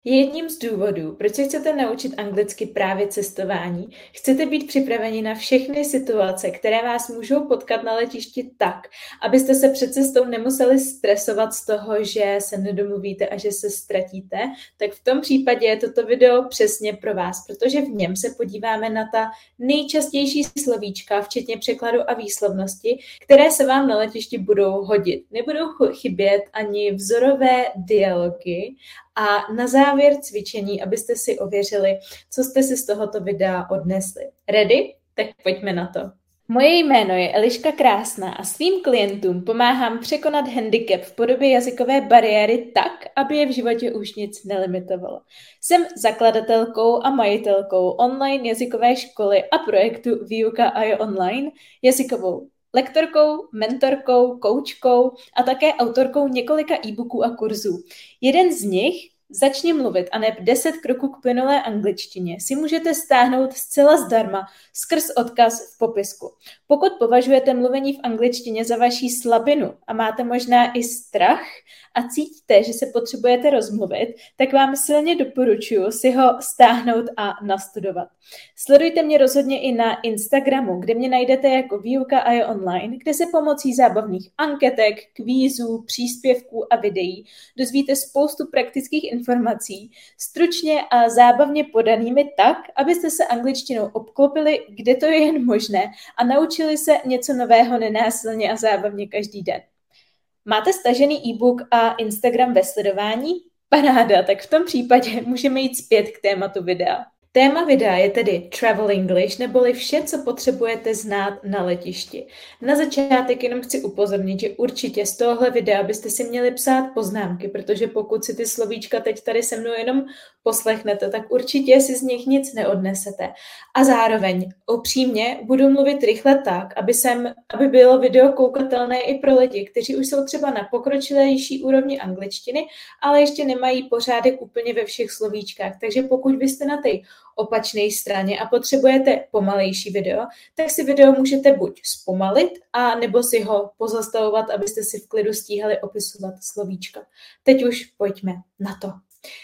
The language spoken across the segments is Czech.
Je jedním z důvodů, proč se chcete naučit anglicky právě cestování. Chcete být připraveni na všechny situace, které vás můžou potkat na letišti tak, abyste se před cestou nemuseli stresovat z toho, že se nedomluvíte a že se ztratíte, tak v tom případě je toto video přesně pro vás, protože v něm se podíváme na ta nejčastější slovíčka, včetně překladu a výslovnosti, které se vám na letišti budou hodit. Nebudou chybět ani vzorové dialogy, a na závěr cvičení, abyste si ověřili, co jste si z tohoto videa odnesli. Ready? Tak pojďme na to. Moje jméno je Eliška Krásná a svým klientům pomáhám překonat handicap v podobě jazykové bariéry tak, aby je v životě už nic nelimitovalo. Jsem zakladatelkou a majitelkou online jazykové školy a projektu Výuka a je online, jazykovou lektorkou, mentorkou, koučkou a také autorkou několika e-booků a kurzů. Jeden z nich, Začni mluvit a neb 10 kroků k plynulé angličtině, si můžete stáhnout zcela zdarma skrz odkaz v popisku. Pokud považujete mluvení v angličtině za vaší slabinu a máte možná i strach a cítíte, že se potřebujete rozmluvit, tak vám silně doporučuji si ho stáhnout a nastudovat. Sledujte mě rozhodně i na Instagramu, kde mě najdete jako Výuka a je online, kde se pomocí zábavných anketek, kvízů, příspěvků a videí dozvíte spoustu praktických informací, stručně a zábavně podanými tak, abyste se angličtinou obklopili, kde to je jen možné a naučili se něco nového nenásilně a zábavně každý den. Máte stažený e-book a Instagram ve sledování? Paráda, tak v tom případě můžeme jít zpět k tématu videa. Téma videa je tedy Travel English, neboli vše, co potřebujete znát na letišti. Na začátek jenom chci upozornit, že určitě z tohohle videa byste si měli psát poznámky, protože pokud si ty slovíčka teď tady se mnou jenom poslechnete, tak určitě si z nich nic neodnesete. A zároveň upřímně budu mluvit rychle tak, aby bylo video koukatelné i pro lidi, kteří už jsou třeba na pokročilejší úrovni angličtiny, ale ještě nemají pořádek úplně ve všech slovíčkách. Takže pokud byste na té opačné straně a potřebujete pomalejší video, tak si video můžete buď zpomalit, a nebo si ho pozastavovat, abyste si v klidu stíhali opisovat slovíčka. Teď už pojďme na to.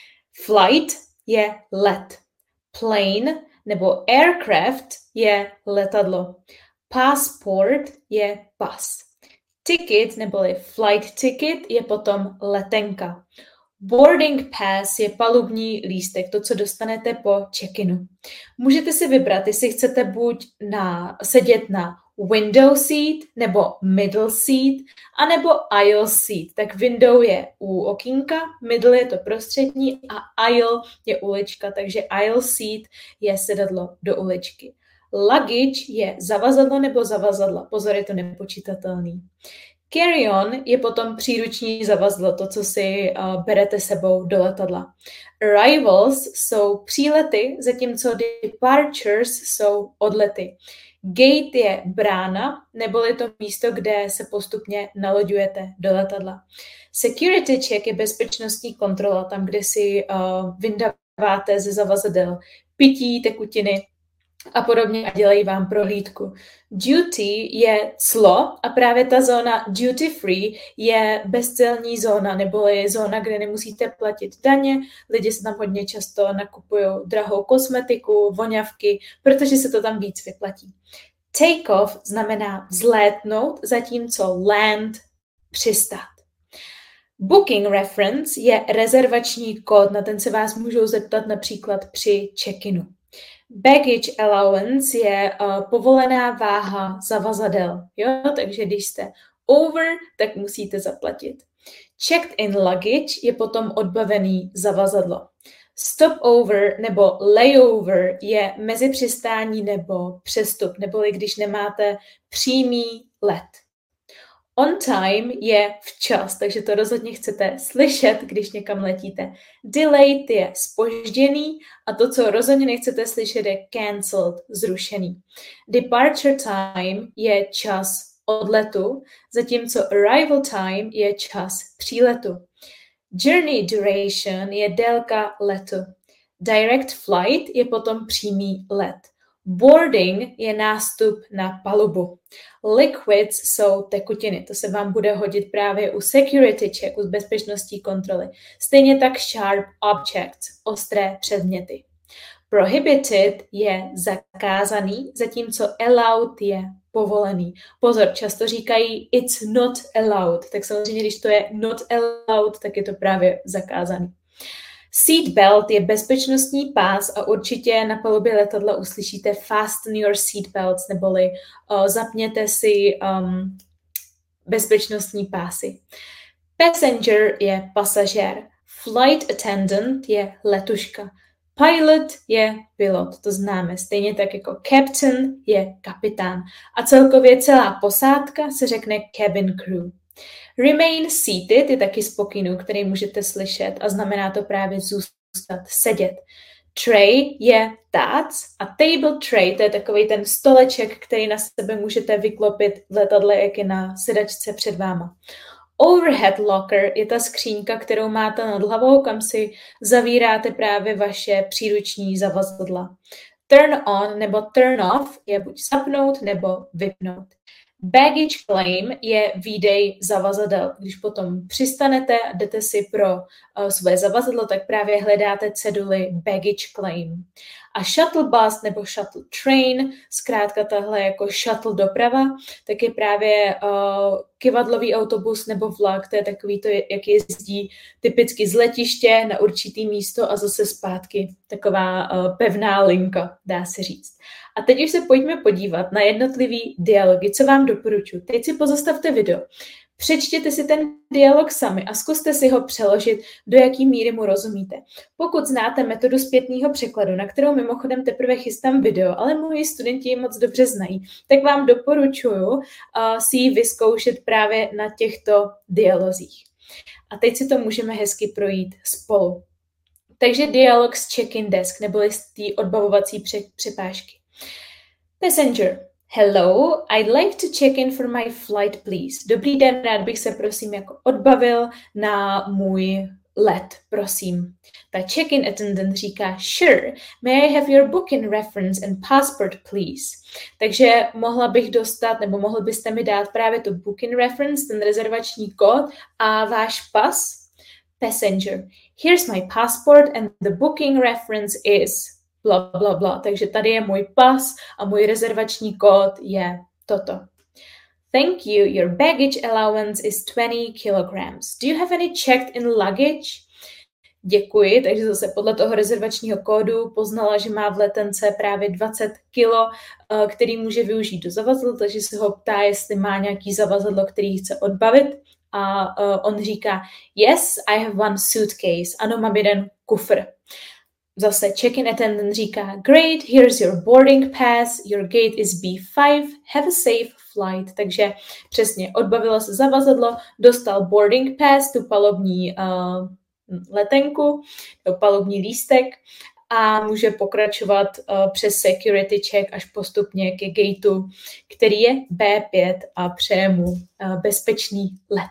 Flight je let. Plane nebo aircraft je letadlo. Passport je pas. Ticket neboli flight ticket je potom letenka. Boarding pass je palubní lístek, to, co dostanete po check-inu. Můžete si vybrat, jestli chcete buď sedět na window seat, nebo middle seat, anebo aisle seat. Tak window je u okýnka, middle je to prostřední a aisle je ulička, takže aisle seat je sedadlo do uličky. Luggage je zavazadlo nebo zavazadla, pozor, je to nepočítatelný. Carry-on je potom příruční zavazadlo, to, co si berete sebou do letadla. Arrivals jsou přílety, zatímco departures jsou odlety. Gate je brána, neboli to místo, kde se postupně naloďujete do letadla. Security check je bezpečnostní kontrola, tam, kde si vyndáváte ze zavazadel pití, tekutiny a podobně a dělají vám prohlídku. Duty je clo a právě ta zóna duty free je bezcelní zóna, neboli zóna, kde nemusíte platit daně, lidi se tam hodně často nakupují drahou kosmetiku, voňavky, protože se to tam víc vyplatí. Take off znamená vzlétnout, zatímco land přistát. Booking reference je rezervační kód, na ten se vás můžou zeptat například při check-inu. Baggage allowance je povolená váha zavazadel, jo? Takže když jste over, tak musíte zaplatit. Checked in luggage je potom odbavený zavazadlo. Stopover nebo layover je mezipřistání nebo přestup, neboli když nemáte přímý let. On time je včas, takže to rozhodně chcete slyšet, když někam letíte. Delayed je zpožděný a to, co rozhodně nechcete slyšet, je cancelled, zrušený. Departure time je čas odletu, zatímco arrival time je čas příletu. Journey duration je délka letu. Direct flight je potom přímý let. Boarding je nástup na palubu. Liquids jsou tekutiny, to se vám bude hodit právě u security check, u bezpečnostní kontroly. Stejně tak sharp objects, ostré předměty. Prohibited je zakázaný, zatímco allowed je povolený. Pozor, často říkají it's not allowed, tak samozřejmě, když to je not allowed, tak je to právě zakázaný. Seatbelt je bezpečnostní pás a určitě na palubě letadla uslyšíte fasten your seatbelts, neboli zapněte si bezpečnostní pásy. Passenger je pasažér. Flight attendant je letuška. Pilot je pilot, to známe, stejně tak jako captain je kapitán. A celkově celá posádka se řekne cabin crew. Remain seated je taky z pokynů, který můžete slyšet a znamená to právě zůstat sedět. Tray je tác a table tray, to je takový ten stoleček, který na sebe můžete vyklopit v letadle, jak je na sedačce před váma. Overhead locker je ta skřínka, kterou máte nad hlavou, kam si zavíráte právě vaše příruční zavazadla. Turn on nebo turn off je buď zapnout nebo vypnout. Baggage claim je výdej zavazadel. Když potom přistanete a jdete si pro své zavazadlo, tak právě hledáte ceduly baggage claim. A shuttle bus nebo shuttle train, zkrátka tahle jako shuttle doprava, tak je právě kyvadlový autobus nebo vlak, to je takový to, jak jezdí typicky z letiště na určitý místo a zase zpátky. Taková pevná linka, dá se říct. A teď už se pojďme podívat na jednotlivý dialogy, co vám doporučuji. Teď si pozastavte video, přečtěte si ten dialog sami a zkuste si ho přeložit, do jaký míry mu rozumíte. Pokud znáte metodu zpětného překladu, na kterou mimochodem teprve chystám video, ale moji studenti ji moc dobře znají, tak vám doporučuji si ji vyzkoušet právě na těchto dialozích. A teď si to můžeme hezky projít spolu. Takže dialog z check-in desk, neboli z té odbavovací přepážky. Passenger. Hello, I'd like to check in for my flight, please. Dobrý den, rád bych se prosím jako odbavil na můj let, prosím. Ta check-in attendant říká, sure, may I have your booking reference and passport, please. Takže mohla bych dostat, nebo mohl byste mi dát právě tu booking reference, ten rezervační kód a váš pas? Passenger. Here's my passport and the booking reference is bla, bla, bla. Takže tady je můj pas a můj rezervační kód je toto. Thank you. Your baggage allowance is 20 kilograms. Do you have any checked in luggage? Děkuji, takže zase podle toho rezervačního kódu poznala, že má v letence právě 20 kilo, který může využít do zavazadla, takže se ho ptá, jestli má nějaký zavazadlo, který chce odbavit. A on říká, yes, I have one suitcase. Ano, mám jeden kufr. Zase check-in attendant říká, great, here's your boarding pass, your gate is B5, have a safe flight. Takže přesně odbavilo se zavazadlo, dostal boarding pass, tu palubní letenku, palubní lístek a může pokračovat přes security check až postupně ke gateu, který je B5 a přeje mu bezpečný let.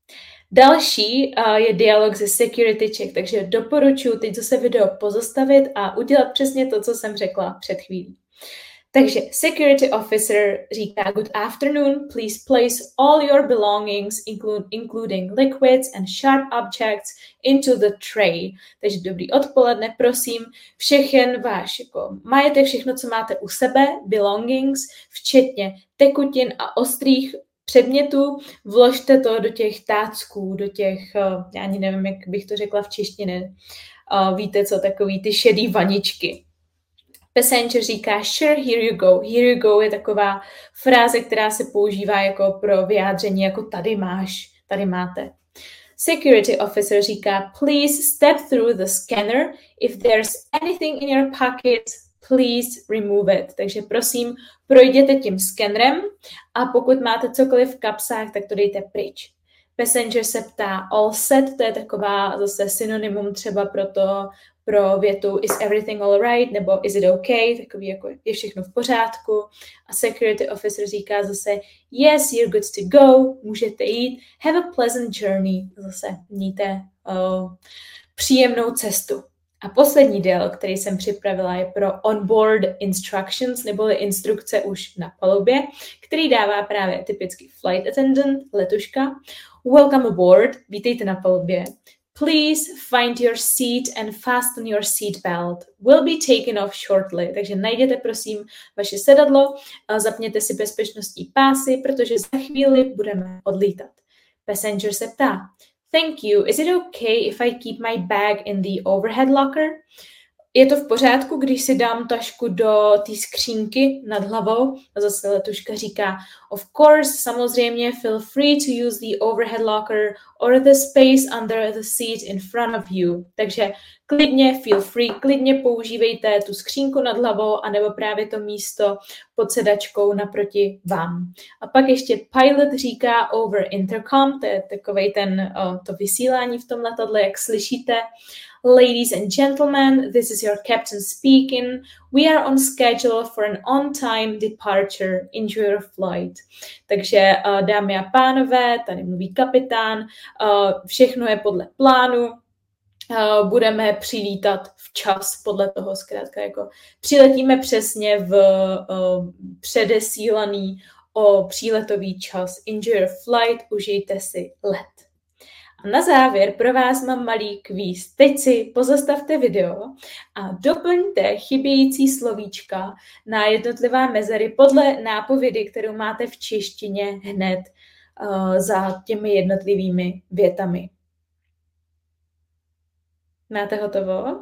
Další je dialog ze security check, takže doporučuji teď zase video pozastavit a udělat přesně to, co jsem řekla před chvílí. Takže security officer říká, good afternoon, please place all your belongings, including liquids and sharp objects, into the tray. Takže dobrý odpoledne, prosím, všechen váš jako majetek, všechno, co máte u sebe, belongings, včetně tekutin a ostrých předmětů, vložte to do těch tácků, do těch, já ani nevím, jak bych to řekla v češtině, víte co, takový ty šedý vaničky. Passenger říká, sure, here you go. Here you go je taková fráze, která se používá jako pro vyjádření, jako tady máš, tady máte. Security officer říká, please step through the scanner. If there's anything in your pocket, please remove it. Takže prosím, projděte tím skenerem a pokud máte cokoliv v kapsách, tak to dejte pryč. Passenger se ptá all set, to je taková zase synonymum třeba pro větu is everything all right, nebo is it okay, takový jako je všechno v pořádku. A security officer říká zase yes, you're good to go, můžete jít, have a pleasant journey, zase mějte příjemnou cestu. A poslední dialog, který jsem připravila, je pro onboard instructions, neboli instrukce už na palubě, který dává právě typicky flight attendant, letuška. Welcome aboard, vítejte na palubě. Please find your seat and fasten your seat belt. Will be taken off shortly. Takže najděte prosím vaše sedadlo, zapněte si bezpečnostní pásy, protože za chvíli budeme odlítat. Passenger se ptá, thank you. Is it okay if I keep my bag in the overhead locker? Je to v pořádku, když si dám tašku do té skřínky nad hlavou? A zase letuška říká, of course, samozřejmě, feel free to use the overhead locker or the space under the seat in front of you. Takže klidně, feel free, klidně používejte tu skřínku nad hlavou anebo právě to místo pod sedačkou naproti vám. A pak ještě pilot říká over intercom, to je takovej to vysílání v tom letadle, jak slyšíte. Ladies and gentlemen, this is your captain speaking. We are on schedule for an on-time departure. Enjoy your flight. Takže dámy a pánové, tady mluví kapitán, všechno je podle plánu, budeme přilítat včas podle toho, zkrátka jako přiletíme přesně v předesílaný příletový čas. Enjoy your flight, užijte si let. A na závěr pro vás mám malý kvíz. Teď si pozastavte video a doplňte chybějící slovíčka na jednotlivá mezery podle nápovědy, kterou máte v češtině hned za těmi jednotlivými větami. Máte hotovo?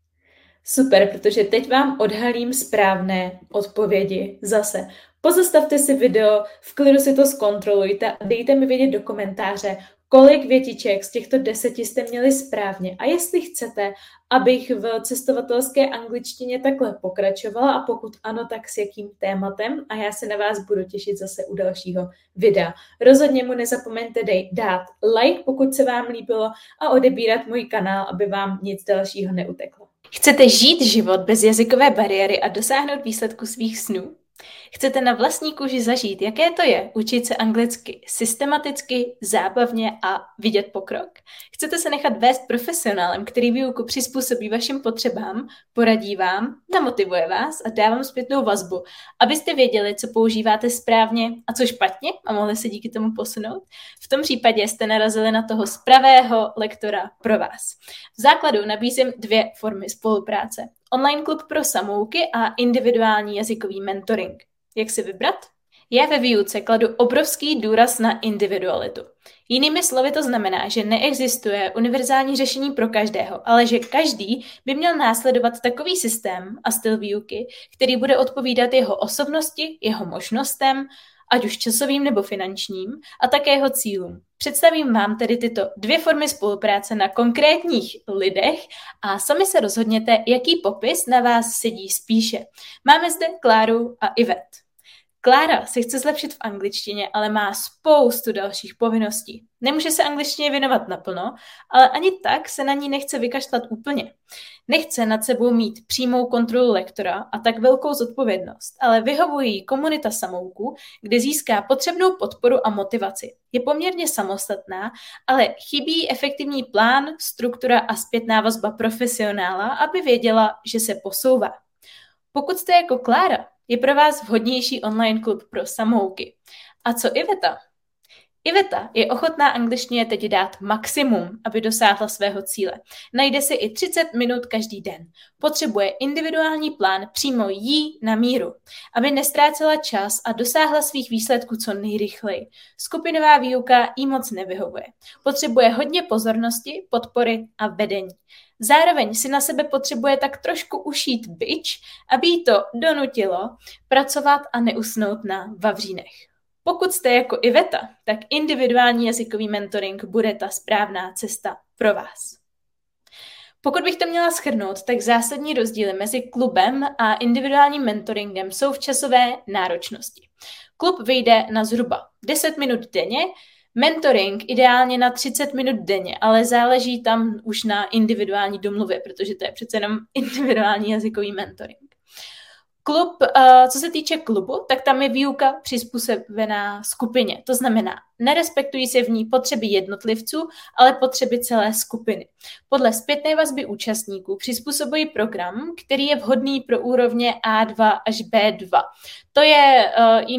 Super, protože teď vám odhalím správné odpovědi. Zase pozastavte si video, v klidu si to zkontrolujte a dejte mi vědět do komentáře, kolik větiček z těchto 10 jste měli správně a jestli chcete, abych v cestovatelské angličtině takhle pokračovala a pokud ano, tak s jakým tématem a já se na vás budu těšit zase u dalšího videa. Rozhodně mu nezapomeňte dát like, pokud se vám líbilo a odebírat můj kanál, aby vám nic dalšího neuteklo. Chcete žít život bez jazykové bariéry a dosáhnout výsledku svých snů? Chcete na vlastní kůži zažít, jaké to je učit se anglicky systematicky, zábavně a vidět pokrok? Chcete se nechat vést profesionálem, který výuku přizpůsobí vašim potřebám, poradí vám, namotivuje vás a dá vám zpětnou vazbu, abyste věděli, co používáte správně a co špatně a mohli se díky tomu posunout? V tom případě jste narazili na toho pravého lektora pro vás. V základu nabízím 2 formy spolupráce. Online klub pro samouky a individuální jazykový mentoring. Jak si vybrat? Já ve výuce kladu obrovský důraz na individualitu. Jinými slovy to znamená, že neexistuje univerzální řešení pro každého, ale že každý by měl následovat takový systém a styl výuky, který bude odpovídat jeho osobnosti, jeho možnostem, ať už časovým nebo finančním, a také jeho cílům. Představím vám tedy tyto 2 formy spolupráce na konkrétních lidech a sami se rozhodněte, jaký popis na vás sedí spíše. Máme zde Kláru a Ivet. Klára se chce zlepšit v angličtině, ale má spoustu dalších povinností. Nemůže se angličtině věnovat naplno, ale ani tak se na ní nechce vykašlat úplně. Nechce nad sebou mít přímou kontrolu lektora a tak velkou zodpovědnost, ale vyhovuje jí komunita samouků, kde získá potřebnou podporu a motivaci. Je poměrně samostatná, ale chybí efektivní plán, struktura a zpětná vazba profesionála, aby věděla, že se posouvá. Pokud jste jako Klára, je pro vás vhodnější online klub pro samouky. A co Iveta? Iveta je ochotná angličtině teď dát maximum, aby dosáhla svého cíle. Najde si i 30 minut každý den. Potřebuje individuální plán přímo jí na míru, aby nestrácela čas a dosáhla svých výsledků co nejrychleji. Skupinová výuka jí moc nevyhovuje. Potřebuje hodně pozornosti, podpory a vedení. Zároveň si na sebe potřebuje tak trošku ušít bič, aby jí to donutilo pracovat a neusnout na vavřínech. Pokud jste jako Iveta, tak individuální jazykový mentoring bude ta správná cesta pro vás. Pokud bych to měla shrnout, tak zásadní rozdíly mezi klubem a individuálním mentoringem jsou v časové náročnosti. Klub vyjde na zhruba 10 minut denně, mentoring ideálně na 30 minut denně, ale záleží tam už na individuální domluvě, protože to je přece jenom individuální jazykový mentoring. Co se týče klubu, tak tam je výuka přizpůsobená skupině. To znamená, nerespektují se v ní potřeby jednotlivců, ale potřeby celé skupiny. Podle zpětné vazby účastníků přizpůsobují program, který je vhodný pro úrovně A2 až B2. To je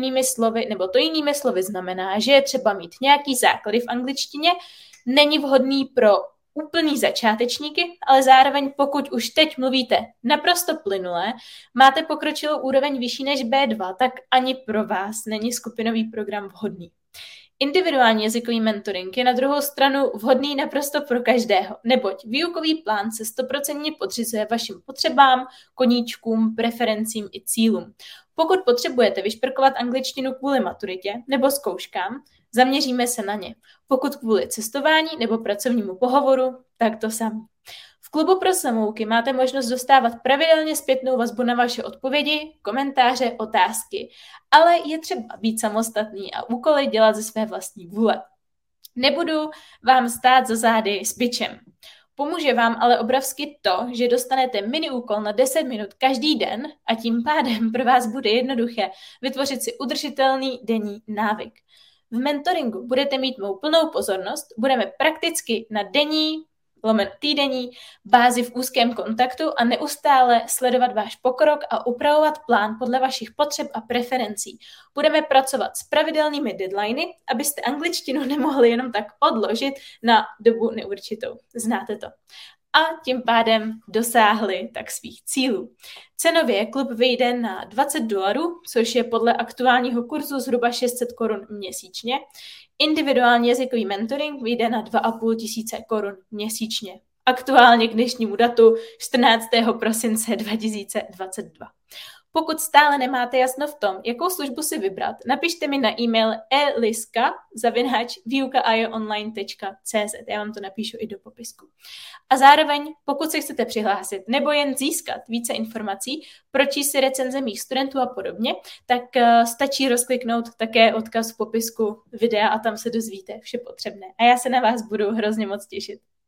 jinými slovy znamená, že je třeba mít nějaký základy v angličtině, není vhodný pro úplný začátečníky, ale zároveň pokud už teď mluvíte naprosto plynule, máte pokročilou úroveň vyšší než B2, tak ani pro vás není skupinový program vhodný. Individuální jazykový mentoring je na druhou stranu vhodný naprosto pro každého, neboť výukový plán se 100% podřizuje vašim potřebám, koníčkům, preferencím i cílům. Pokud potřebujete vyšperkovat angličtinu kvůli maturitě nebo zkouškám, zaměříme se na ně. Pokud kvůli cestování nebo pracovnímu pohovoru, tak to samé. V klubu pro samouky máte možnost dostávat pravidelně zpětnou vazbu na vaše odpovědi, komentáře, otázky, ale je třeba být samostatný a úkoly dělat ze své vlastní vůle. Nebudu vám stát za zády s bičem. Pomůže vám ale obrovsky to, že dostanete mini úkol na 10 minut každý den a tím pádem pro vás bude jednoduché vytvořit si udržitelný denní návyk. V mentoringu budete mít mou plnou pozornost, budeme prakticky na týdenní bázi v úzkém kontaktu a neustále sledovat váš pokrok a upravovat plán podle vašich potřeb a preferencí. Budeme pracovat s pravidelnými deadliny, abyste angličtinu nemohli jenom tak odložit na dobu neurčitou. Znáte to. A tím pádem dosáhli tak svých cílů. Cenově klub vyjde na $20, což je podle aktuálního kurzu zhruba 600 Kč měsíčně. Individuální jazykový mentoring vyjde na 2500 Kč měsíčně. Aktuálně k dnešnímu datu 14. prosince 2022. Pokud stále nemáte jasno v tom, jakou službu si vybrat, napište mi na e-mail eliska@viukaionline.cz. Já vám to napíšu i do popisku. A zároveň, pokud se chcete přihlásit nebo jen získat více informací, pročíst si recenze mých studentů a podobně, tak stačí rozkliknout také odkaz v popisku videa a tam se dozvíte vše potřebné. A já se na vás budu hrozně moc těšit.